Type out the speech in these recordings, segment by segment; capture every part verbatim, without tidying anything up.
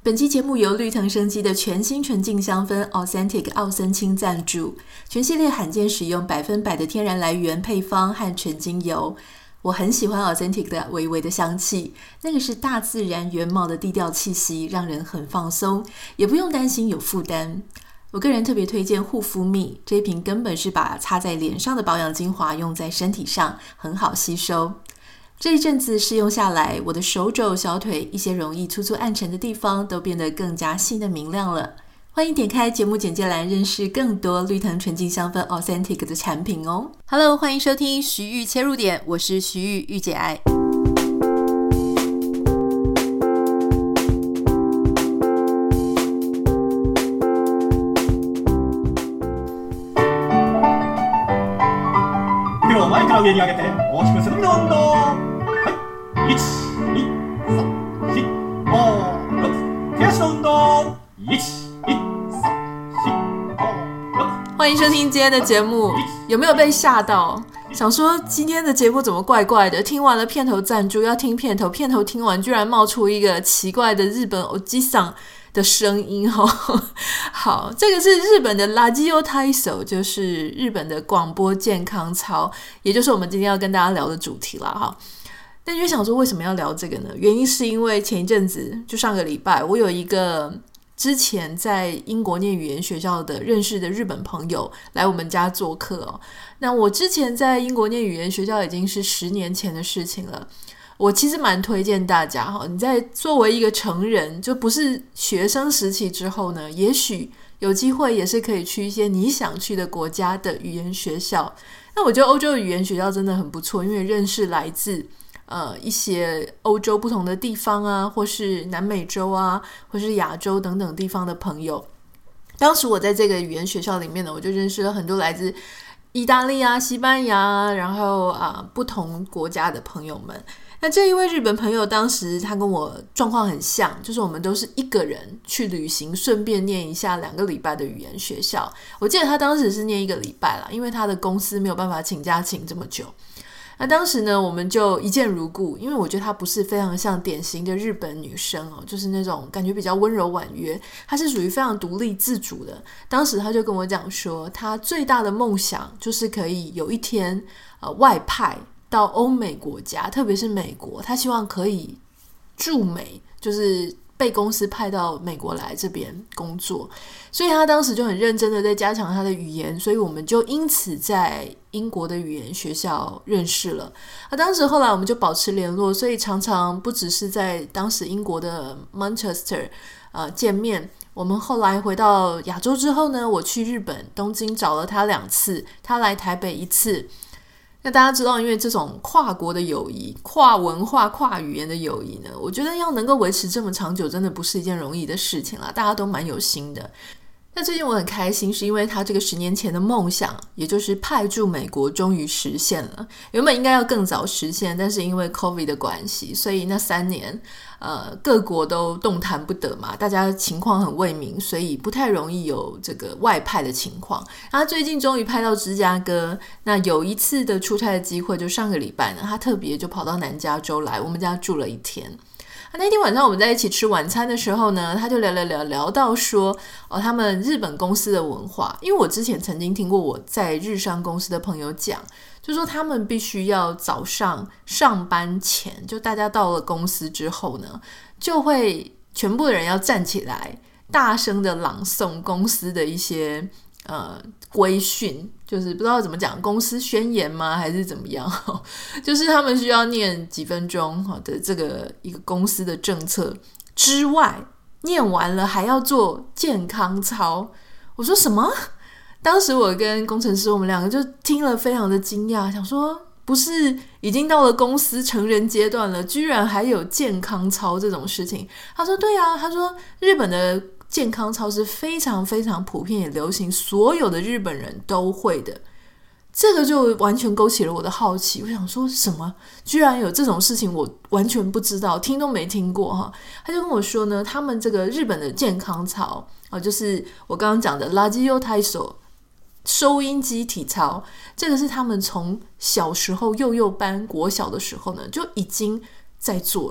本期节目由绿藤生机的全新纯净香氛 Authentic 奥森清赞助，全系列罕见使用百分百的天然来源配方和纯精油。我很喜欢 Authentic 的微微的香气，那个是大自然原貌的低调气息，让人很放松，也不用担心有负担。我个人特别推荐护肤蜜，这一瓶根本是把擦在脸上的保养精华用在身体上，很好吸收。这一阵子试用下来，我的手肘、小腿一些容易粗粗暗沉的地方都变得更加细的明亮了。欢迎点开节目简介栏认识更多绿藤纯净香氛 Authentic 的产品哦。Hello， 欢迎收听徐玉切入点，我是徐玉玉姐爱。 手を前から上に上げて大きく背伸びの運動。はい、いち、に、さん、し、ご、ろく。手足の運動。いち、に、さん、し、ご、ろく。 欢迎收听今天的节目。有没有被吓到？想说今天的节目怎么怪怪的？听完了片头赞助，要听片头，片头听完居然冒出一个奇怪的日本おじさん的声音哦。好，这个是日本的 Radio Taiso， 就是日本的广播健康操，也就是我们今天要跟大家聊的主题啦哈。但就想说为什么要聊这个呢？原因是因为前一阵子就上个礼拜，我有一个之前在英国念语言学校的认识的日本朋友来我们家做客哦。那我之前在英国念语言学校已经是十年前的事情了。我其实蛮推荐大家哈，你在作为一个成人，就不是学生时期之后呢，也许有机会也是可以去一些你想去的国家的语言学校。那我觉得欧洲的语言学校真的很不错，因为认识来自呃一些欧洲不同的地方啊，或是南美洲啊，或是亚洲等等地方的朋友。当时我在这个语言学校里面呢，我就认识了很多来自意大利啊、西班牙啊，然后啊、呃、不同国家的朋友们。那这一位日本朋友当时他跟我状况很像，就是我们都是一个人去旅行，顺便念一下两个礼拜的语言学校。我记得他当时是念一个礼拜啦，因为他的公司没有办法请假请这么久。那当时呢，我们就一见如故，因为我觉得她不是非常像典型的日本女生哦，就是那种感觉比较温柔婉约，她是属于非常独立自主的。当时她就跟我讲说，她最大的梦想就是可以有一天呃外派到欧美国家，特别是美国，她希望可以驻美，就是被公司派到美国来这边工作，所以他当时就很认真的在加强他的语言，所以我们就因此在英国的语言学校认识了。那当时后来我们就保持联络，所以常常不只是在当时英国的 Manchester 呃见面，我们后来回到亚洲之后呢，我去日本东京找了他两次，他来台北一次。那大家知道，因为这种跨国的友谊、跨文化、跨语言的友谊呢，我觉得要能够维持这么长久，真的不是一件容易的事情啦，大家都蛮有心的。那最近我很开心，是因为他这个十年前的梦想，也就是派驻美国，终于实现了。原本应该要更早实现，但是因为 COVID 的关系，所以那三年呃，各国都动弹不得嘛，大家情况很未明，所以不太容易有这个外派的情况。他最近终于派到芝加哥，那有一次的出差的机会，就上个礼拜呢，他特别就跑到南加州来，我们家住了一天。那天晚上我们在一起吃晚餐的时候呢，他就聊聊聊聊到说哦，他们日本公司的文化，因为我之前曾经听过我在日商公司的朋友讲，就说他们必须要早上上班前，就大家到了公司之后呢，就会全部的人要站起来，大声的朗诵公司的一些呃规训，就是不知道怎么讲，公司宣言吗还是怎么样，就是他们需要念几分钟的这个一个公司的政策之外，念完了还要做健康操。我说什么？当时我跟工程师我们两个就听了非常的惊讶，想说不是已经到了公司成人阶段了，居然还有健康操这种事情。他说对啊，他说日本的健康操是非常非常普遍也流行，所有的日本人都会的。这个就完全勾起了我的好奇，我想说什么居然有这种事情，我完全不知道，听都没听过哈。他就跟我说呢，他们这个日本的健康操、哦、就是我刚刚讲的 Radio Taiso 收音机体操，这个是他们从小时候幼幼班国小的时候呢就已经在做了。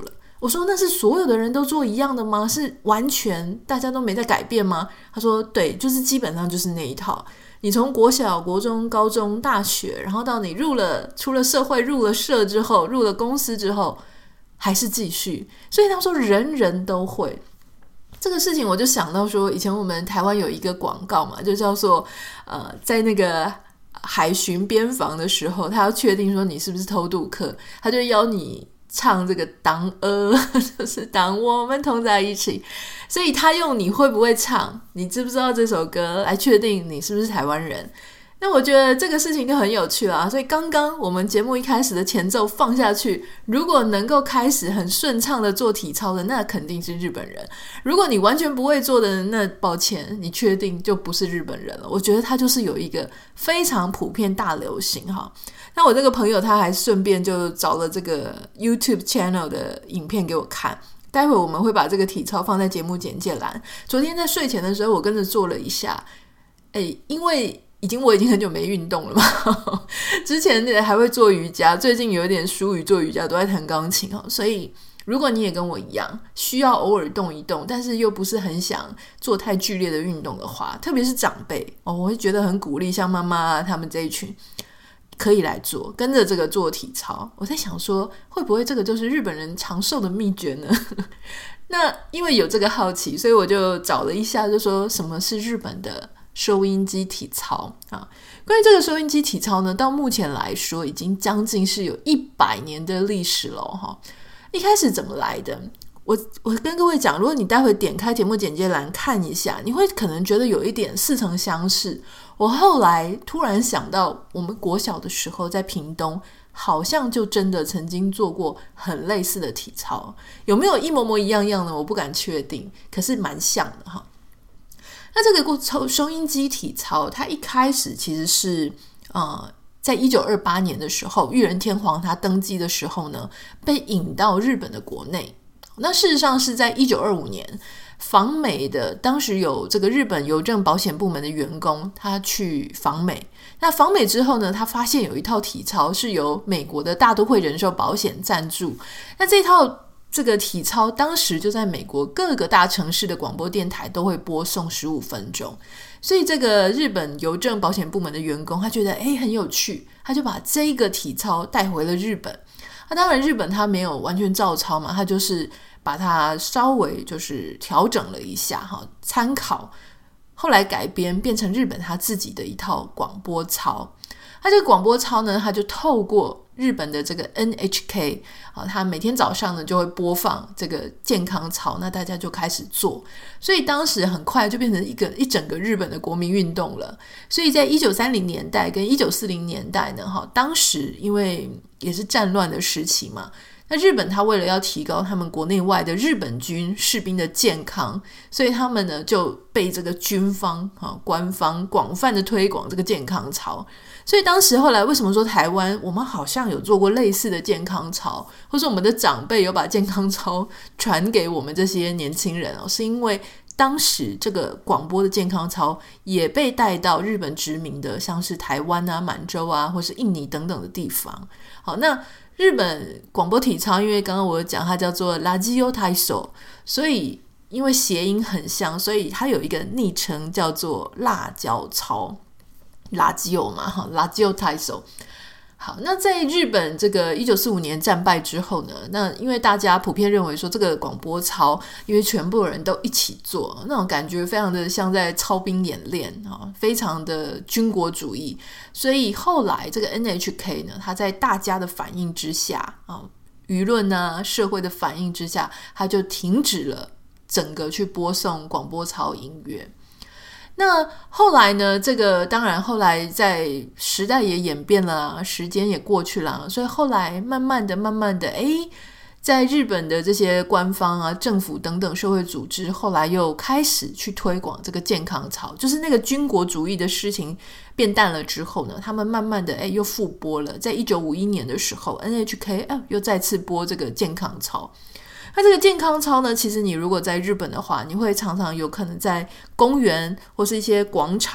我说那是所有的人都做一样的吗？是完全大家都没在改变吗？他说对，就是基本上就是那一套。你从国小、国中、高中、大学，然后到你入了出了社会，入了社之后，入了公司之后，还是继续。所以他说人人都会这个事情，我就想到说，以前我们台湾有一个广告嘛，就叫做呃，在那个海巡边防的时候，他要确定说你是不是偷渡客，他就邀你唱这个党呃，就是党我们同在一起，所以他用你会不会唱，你知不知道这首歌来确定你是不是台湾人。那我觉得这个事情就很有趣啦，所以刚刚我们节目一开始的前奏放下去，如果能够开始很顺畅的做体操的，那肯定是日本人。如果你完全不会做的，那抱歉，你确定就不是日本人了。我觉得它就是有一个非常普遍大流行哈。那我这个朋友他还顺便就找了这个 YouTube channel 的影片给我看，待会我们会把这个体操放在节目简介栏。昨天在睡前的时候我跟着做了一下，诶，因为已经我已经很久没运动了嘛，之前还会做瑜伽，最近有点疏于做瑜伽，都在弹钢琴，所以如果你也跟我一样需要偶尔动一动，但是又不是很想做太剧烈的运动的话，特别是长辈、哦、我会觉得很鼓励，像妈妈他们这一群可以来做，跟着这个做体操。我在想说会不会这个就是日本人长寿的秘诀呢？那因为有这个好奇，所以我就找了一下，就说什么是日本的收音机体操啊？关于这个收音机体操呢，到目前来说已经将近是有一百年的历史了哈。一开始怎么来的？我我跟各位讲，如果你待会点开节目简介栏看一下，你会可能觉得有一点似曾相识。我后来突然想到，我们国小的时候在屏东，好像就真的曾经做过很类似的体操，有没有一模模一样样呢？我不敢确定，可是蛮像的哈。那这个收音机体操，它一开始其实是呃，在一九二八年的时候，裕仁天皇他登基的时候呢，被引到日本的国内。那事实上是在一九二五年，访美的当时有这个日本邮政保险部门的员工，他去访美。那访美之后呢，他发现有一套体操是由美国的大都会人寿保险赞助。那这套这个体操当时就在美国各个大城市的广播电台都会播送十五分钟，所以这个日本邮政保险部门的员工他觉得诶很有趣，他就把这个体操带回了日本。那当然日本他没有完全照抄嘛，他就是把它稍微就是调整了一下哈，参考后来改编变成日本他自己的一套广播操。他这个广播操呢，他就透过日本的这个 N H K 啊，他每天早上呢就会播放这个健康操，那大家就开始做，所以当时很快就变成一个一整个日本的国民运动了。所以在一九三零年代跟一九四零年代呢，哈，当时因为也是战乱的时期嘛，那日本他为了要提高他们国内外的日本军士兵的健康，所以他们呢就被这个军方、啊、官方广泛的推广这个健康操。所以当时后来为什么说台湾我们好像有做过类似的健康操，或是我们的长辈有把健康操传给我们这些年轻人哦，是因为当时这个广播的健康操也被带到日本殖民的像是台湾啊、满洲啊或是印尼等等的地方。好，那日本广播体操因为刚刚我有讲它叫做ラジオ体操，所以因为谐音很像，所以它有一个昵称叫做辣椒操，垃圾油嘛，垃圾油体操。好，那在日本这个一九四五年战败之后呢，那因为大家普遍认为说这个广播操，因为全部人都一起做，那种感觉非常的像在操兵演练，非常的军国主义，所以后来这个 N H K 呢，它在大家的反应之下，舆论啊社会的反应之下，它就停止了整个去播送广播操音乐。那后来呢，这个当然后来在时代也演变了，时间也过去了，所以后来慢慢的慢慢的诶，在日本的这些官方啊、政府等等社会组织后来又开始去推广这个健康操，就是那个军国主义的事情变淡了之后呢，他们慢慢的诶又复播了。在一九五一年的时候 N H K、啊、又再次播这个健康操。那这个健康操呢，其实你如果在日本的话，你会常常有可能在公园或是一些广场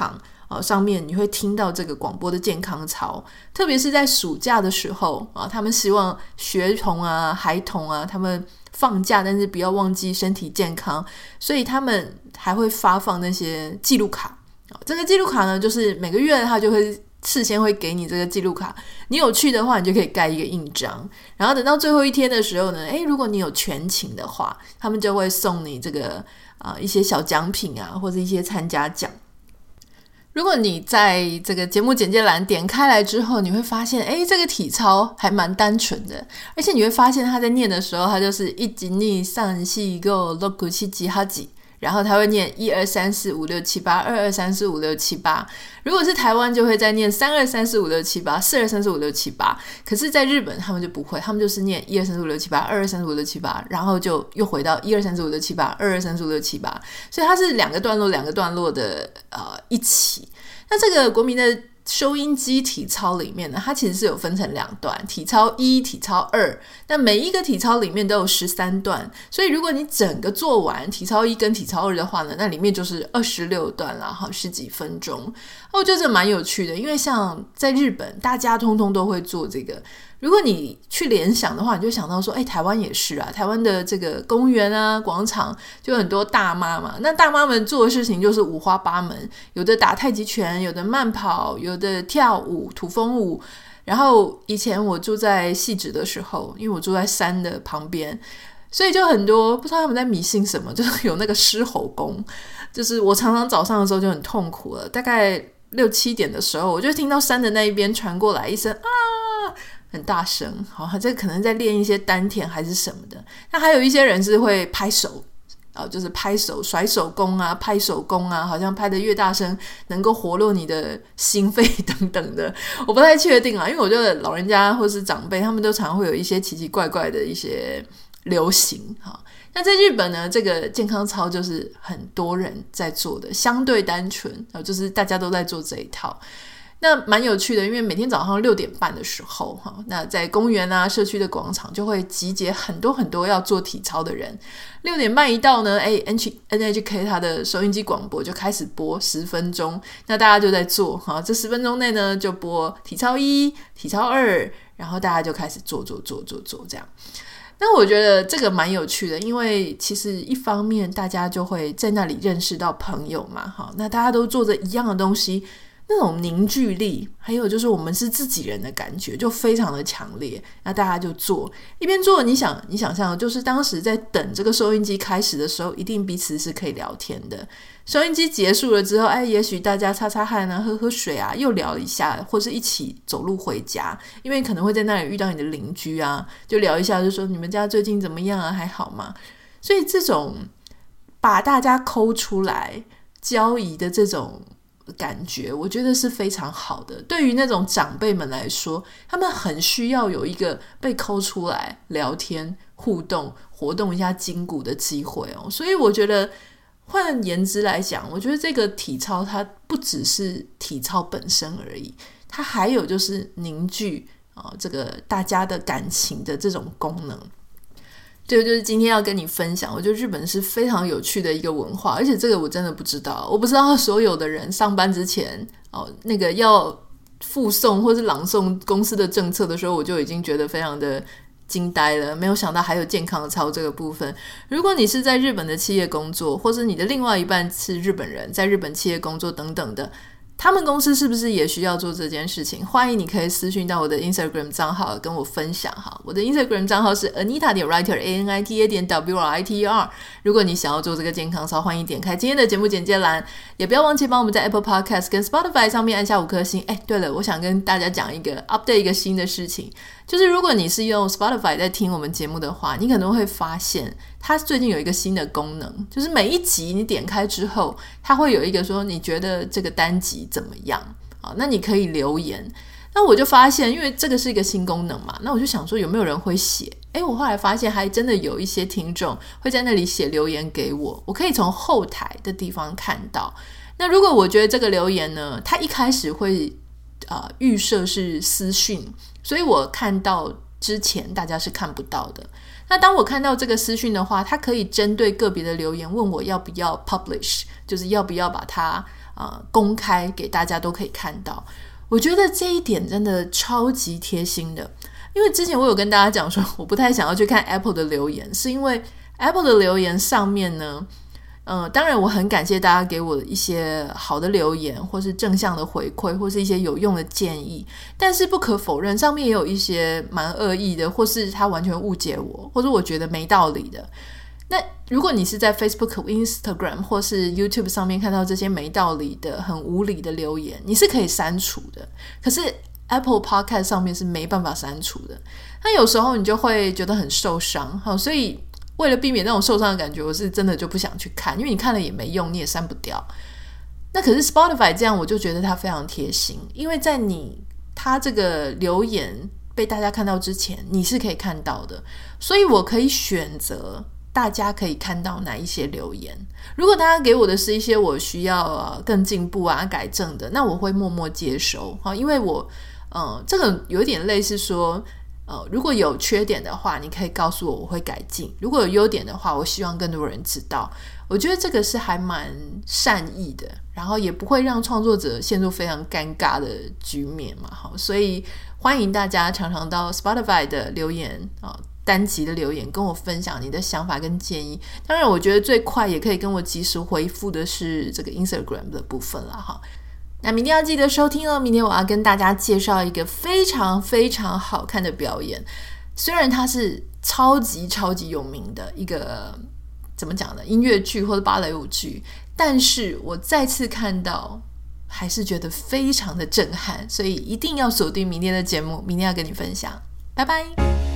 呃、上面你会听到这个广播的健康操，特别是在暑假的时候啊，他们希望学童啊孩童啊他们放假，但是不要忘记身体健康，所以他们还会发放那些记录卡。这个记录卡呢，就是每个月他就会事先会给你这个记录卡，你有去的话你就可以盖一个印章，然后等到最后一天的时候呢，诶，如果你有全勤的话，他们就会送你这个、呃、一些小奖品啊，或者一些参加奖。如果你在这个节目简介栏点开来之后，你会发现诶，这个体操还蛮单纯的，而且你会发现他在念的时候，他就是一二三四五六七七八几，然后他会念一二三四五六七八，二二三四五六七八。如果是台湾就会再念三二三四五六七八，四二三四五六七八。可是在日本他们就不会，他们就是念一二三四五六七八，二二三四五六七八，然后就又回到一二三四五六七八，二二三四五六七八。所以它是两个段落两个段落的呃一起。那这个国民的收音机体操里面呢，它其实是有分成两段，体操一、体操二。那每一个体操里面都有十三段，所以如果你整个做完体操一跟体操二的话呢，那里面就是二十六段啦，好，十几分钟。我觉得这蛮有趣的，因为像在日本，大家通通都会做这个。如果你去联想的话，你就想到说，哎，台湾也是啊，台湾的这个公园啊、广场就很多大妈嘛。那大妈们做的事情就是五花八门，有的打太极拳，有的慢跑，有的跳舞、土风舞。然后以前我住在汐止的时候，因为我住在山的旁边，所以就很多不知道他们在迷信什么，就是有那个狮吼功，就是我常常早上的时候就很痛苦了，大概六七点的时候，我就听到山的那一边传过来一声啊。很大声，好，这可能在练一些丹田还是什么的。那还有一些人是会拍手，啊，就是拍手、甩手功啊、拍手功啊，好像拍得越大声，能够活络你的心肺等等的。我不太确定啊，因为我觉得老人家或是长辈，他们都常会有一些奇奇怪怪的一些流行。好，那在日本呢，这个健康操就是很多人在做的，相对单纯，就是大家都在做这一套。那蛮有趣的，因为每天早上六点半的时候，那在公园啊、社区的广场就会集结很多很多要做体操的人。六点半一到呢，哎 ，N H K 它的收音机广播就开始播十分钟，那大家就在做哈，这十分钟内呢就播体操一、体操二，然后大家就开始做做做做做这样。那我觉得这个蛮有趣的，因为其实一方面大家就会在那里认识到朋友嘛，哈，那大家都做着一样的东西。那种凝聚力，还有就是我们是自己人的感觉就非常的强烈，那大家就做，一边做你想你想象就是当时在等这个收音机开始的时候，一定彼此是可以聊天的。收音机结束了之后，哎，也许大家擦擦汗啊，喝喝水啊，又聊一下，或是一起走路回家，因为可能会在那里遇到你的邻居啊，就聊一下，就说你们家最近怎么样啊，还好吗？所以这种把大家抠出来交易的这种感觉，我觉得是非常好的。对于那种长辈们来说，他们很需要有一个被抠出来聊天、互动、活动一下筋骨的机会哦。所以我觉得，换言之来讲，我觉得这个体操它不只是体操本身而已，它还有就是凝聚、哦、这个大家的感情的这种功能。这个就是今天要跟你分享，我觉得日本是非常有趣的一个文化，而且这个我真的不知道，我不知道所有的人上班之前哦，那个要附送或是朗诵公司的政策的时候，我就已经觉得非常的惊呆了，没有想到还有健康操这个部分。如果你是在日本的企业工作，或是你的另外一半是日本人，在日本企业工作等等的，他们公司是不是也需要做这件事情？欢迎你可以私讯到我的 Instagram 账号跟我分享哈。我的 Instagram 账号是 Anita 点 Writer A N I T A 点 W R I T E R。如果你想要做这个健康操，欢迎点开今天的节目简介栏，也不要忘记帮我们在 Apple Podcast 跟 Spotify 上面按下五颗星。哎，对了，我想跟大家讲一个 update 一个新的事情，就是如果你是用 Spotify 在听我们节目的话，你可能会发现它最近有一个新的功能，就是每一集你点开之后，它会有一个说你觉得这个单集怎么样，好，那你可以留言。那我就发现，因为这个是一个新功能嘛，那我就想说有没有人会写。诶，我后来发现还真的有一些听众会在那里写留言给我，我可以从后台的地方看到。那如果我觉得这个留言呢，它一开始会呃预设是私讯，所以我看到之前大家是看不到的。 那当我看到这个私讯的话，他可以针对个别的留言问我要不要 publish， 就是要不要把它、呃、公开给大家都可以看到。我觉得这一点真的超级贴心的，因为之前我有跟大家讲说我不太想要去看 Apple 的留言，是因为 Apple 的留言上面呢呃，当然我很感谢大家给我一些好的留言，或是正向的回馈，或是一些有用的建议，但是不可否认上面也有一些蛮恶意的，或是他完全误解我，或者我觉得没道理的。那如果你是在 Facebook、Instagram 或是 YouTube 上面看到这些没道理的很无理的留言，你是可以删除的，可是 Apple Podcast 上面是没办法删除的。那有时候你就会觉得很受伤，所以为了避免那种受伤的感觉，我是真的就不想去看，因为你看了也没用，你也删不掉。那可是 Spotify 这样，我就觉得它非常贴心，因为在你它这个留言被大家看到之前，你是可以看到的，所以我可以选择大家可以看到哪一些留言。如果大家给我的是一些我需要、呃、更进步啊改正的，那我会默默接收，因为我呃，这个有点类似说呃，如果有缺点的话你可以告诉我，我会改进，如果有优点的话我希望更多人知道。我觉得这个是还蛮善意的，然后也不会让创作者陷入非常尴尬的局面嘛，所以欢迎大家常常到 Spotify 的留言、呃、单集的留言跟我分享你的想法跟建议。当然我觉得最快也可以跟我及时回复的是这个 Instagram 的部分啦哈。那明天要记得收听哦，明天我要跟大家介绍一个非常非常好看的表演，虽然它是超级超级有名的一个怎么讲呢，音乐剧或者芭蕾舞剧，但是我再次看到还是觉得非常的震撼，所以一定要锁定明天的节目，明天要跟你分享。拜拜。